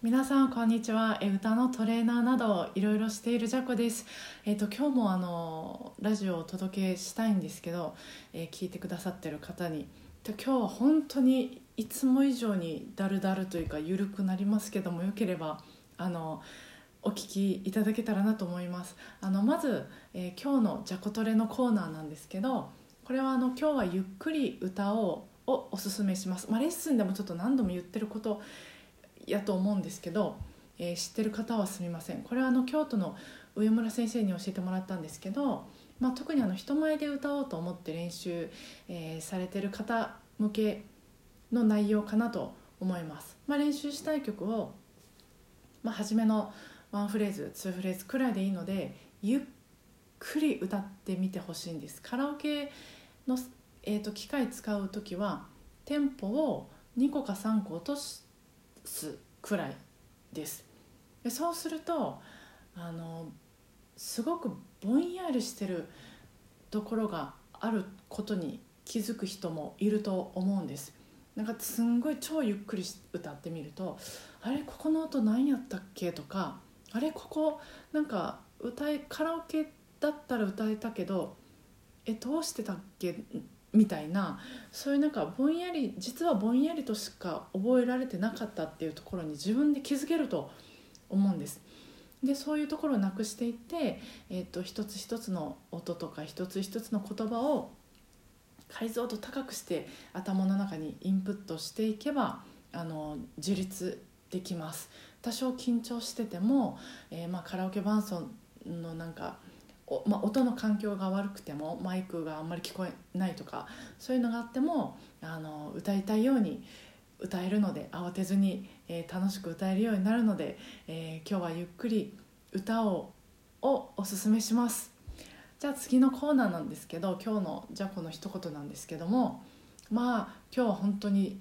皆さんこんにちは。歌のトレーナーなどいろいろしているジャコです。今日もラジオをお届けしたいんですけど、聞いてくださっている方に今日は本当にいつも以上にだるだるというか緩くなりますけども、よければお聞きいただけたらなと思います。まず、今日のジャコトレのコーナーなんですけど、これは今日はゆっくり歌おうをおすすめします。レッスンでもちょっと何度も言ってることやと思うんですけど、知ってる方はすみません。これは京都の上村先生に教えてもらったんですけど、特に人前で歌おうと思って練習、されてる方向けの内容かなと思います。練習したい曲を、初めの1フレーズ2フレーズくらいでいいのでゆっくり歌ってみてほしいんです。カラオケの、機械使う時はテンポを2個か3個落とすくらいです。でそうするとすごくぼんやりしてるところがあることに気づく人もいると思うんです。すんごい超ゆっくり歌ってみると、あれここの音何やったっけとか、あれここカラオケだったら歌えたけどどうしてたっけみたいな、そういうぼんやり実はぼんやりとしか覚えられてなかったっていうところに自分で気づけると思うんです。でそういうところをなくしていって、一つ一つの音とか一つ一つの言葉を解像度高くして頭の中にインプットしていけば自立できます。多少緊張してても、カラオケ伴奏の音の環境が悪くてもマイクがあんまり聞こえないとか、そういうのがあっても歌いたいように歌えるので、慌てずに、楽しく歌えるようになるので、今日はゆっくり歌をおすすめします。じゃあ次のコーナーなんですけど、今日のジャコの一言なんですけども、今日は本当に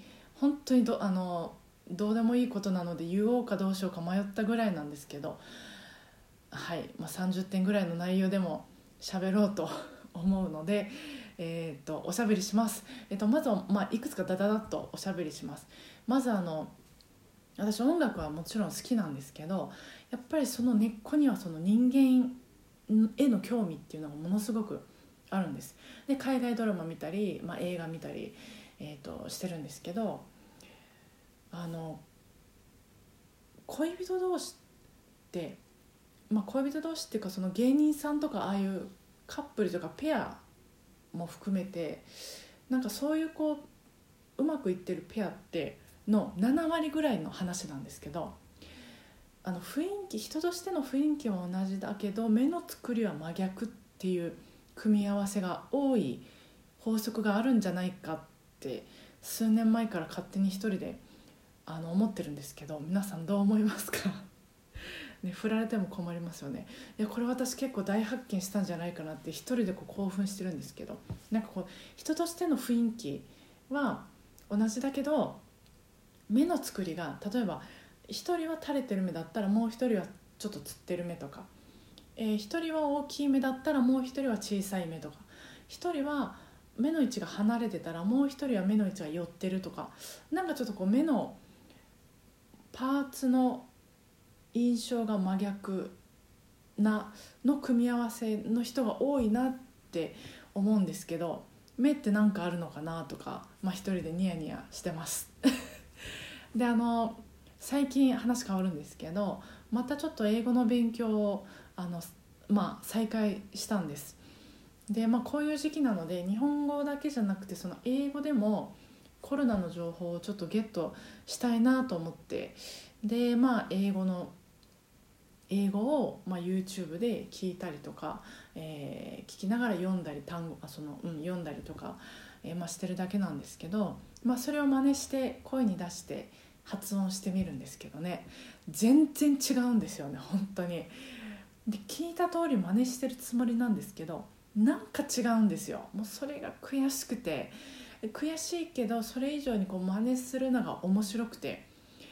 どうでもいいことなので言おうかどうしようか迷ったぐらいなんですけど、はい、30点ぐらいの内容でも喋ろうと思うので、おしゃべりします。まずは、いくつかダダダッとおしゃべりします。まず私音楽はもちろん好きなんですけど、やっぱりその根っこにはその人間への興味っていうのがものすごくあるんです。で海外ドラマ見たり、映画見たり、してるんですけど、恋人同士って、恋人同士っていうかその芸人さんとかああいうカップルとかペアも含めて、そういううまくいってるペアっての7割ぐらいの話なんですけど、雰囲気人としての雰囲気は同じだけど目の作りは真逆っていう組み合わせが多い法則があるんじゃないかって数年前から勝手に一人で思ってるんですけど、皆さんどう思いますかね、振られても困りますよね。いやこれ私結構大発見したんじゃないかなって一人で興奮してるんですけど、人としての雰囲気は同じだけど目の作りが、例えば一人は垂れてる目だったらもう一人はちょっとつってる目とか、一人は大きい目だったらもう一人は小さい目とか、一人は目の位置が離れてたらもう一人は目の位置が寄ってるとか、ちょっと目のパーツの印象が真逆の組み合わせの人が多いなって思うんですけど、目って何かあるのかなとか、一人でニヤニヤしてますで最近話変わるんですけど、またちょっと英語の勉強を再開したんです。で、こういう時期なので日本語だけじゃなくてその英語でもコロナの情報をちょっとゲットしたいなと思って、で英語を、YouTube で聞いたりとか、聞きながら読んだり読んだりとか、してるだけなんですけど、それを真似して声に出して発音してみるんですけどね、全然違うんですよね本当に。で聞いた通り真似してるつもりなんですけど、違うんですよ。もうそれが悔しくて、悔しいけどそれ以上に真似するのが面白くて、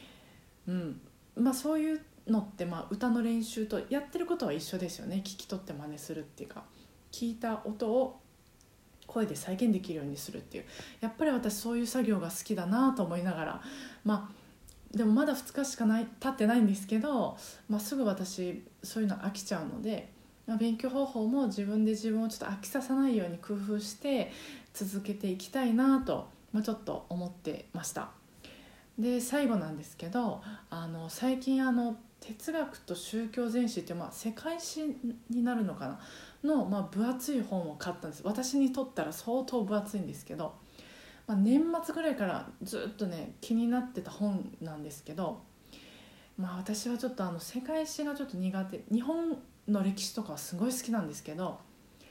そういうのって歌の練習とやってることは一緒ですよね。聞き取って真似するっていうか、聞いた音を声で再現できるようにするっていう、やっぱり私そういう作業が好きだなと思いながら、 でもまだ2日しか経ってないんですけど、すぐ私そういうの飽きちゃうので、勉強方法も自分で自分をちょっと飽きささないように工夫して続けていきたいなと、ちょっと思ってました。で最後なんですけど、最近哲学と宗教全史っていう、世界史になるのかなの、分厚い本を買ったんです。私にとったら相当分厚いんですけど、年末ぐらいからずっとね気になってた本なんですけど、私はちょっと世界史がちょっと苦手、日本の歴史とかはすごい好きなんですけど、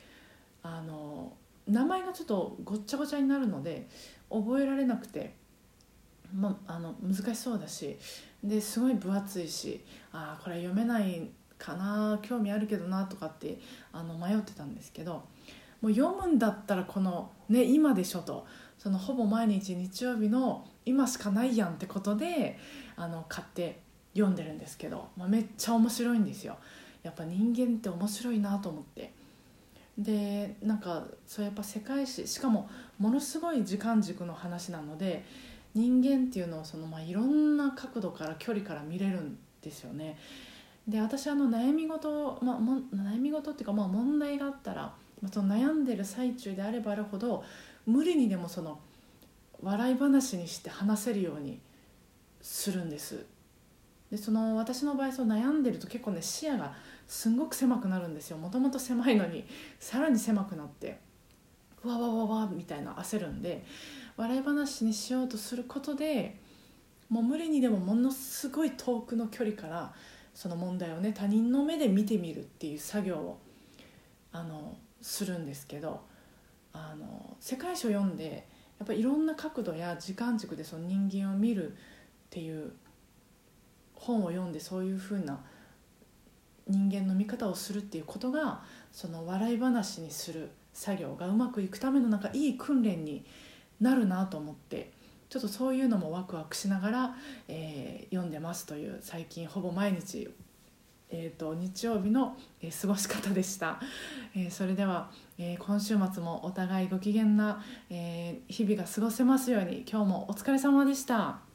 名前がちょっとごっちゃごちゃになるので覚えられなくて、難しそうだし、ですごい分厚いし、これ読めないかな、興味あるけどなとかって迷ってたんですけど、もう読むんだったらこの、今でしょと、そのほぼ毎日日曜日の今しかないやんってことで買って読んでるんですけど、めっちゃ面白いんですよ。やっぱ人間って面白いなと思って、でそうやっぱ世界史、しかもものすごい時間軸の話なので、人間っていうのをいろんな角度から距離から見れるんですよね。で私悩み事、悩み事っていうか、問題があったら、その悩んでる最中であればあるほど無理にでも笑い話にして話せるようにするんです。で私の場合悩んでると結構ね視野がすんごく狭くなるんですよ。もともと狭いのにさらに狭くなって、わわわわみたいな焦るんで、笑い話にしようとすることでもう無理にでもものすごい遠くの距離からその問題をね他人の目で見てみるっていう作業をするんですけど、世界史を読んでやっぱりいろんな角度や時間軸でその人間を見るっていう本を読んで、そういう風な人間の見方をするっていうことがその笑い話にする作業がうまくいくためのいい訓練になるなと思って、ちょっとそういうのもワクワクしながら、読んでますという、最近ほぼ毎日、日曜日の、過ごし方でした。それでは、今週末もお互いご機嫌な、日々が過ごせますように。今日もお疲れ様でした。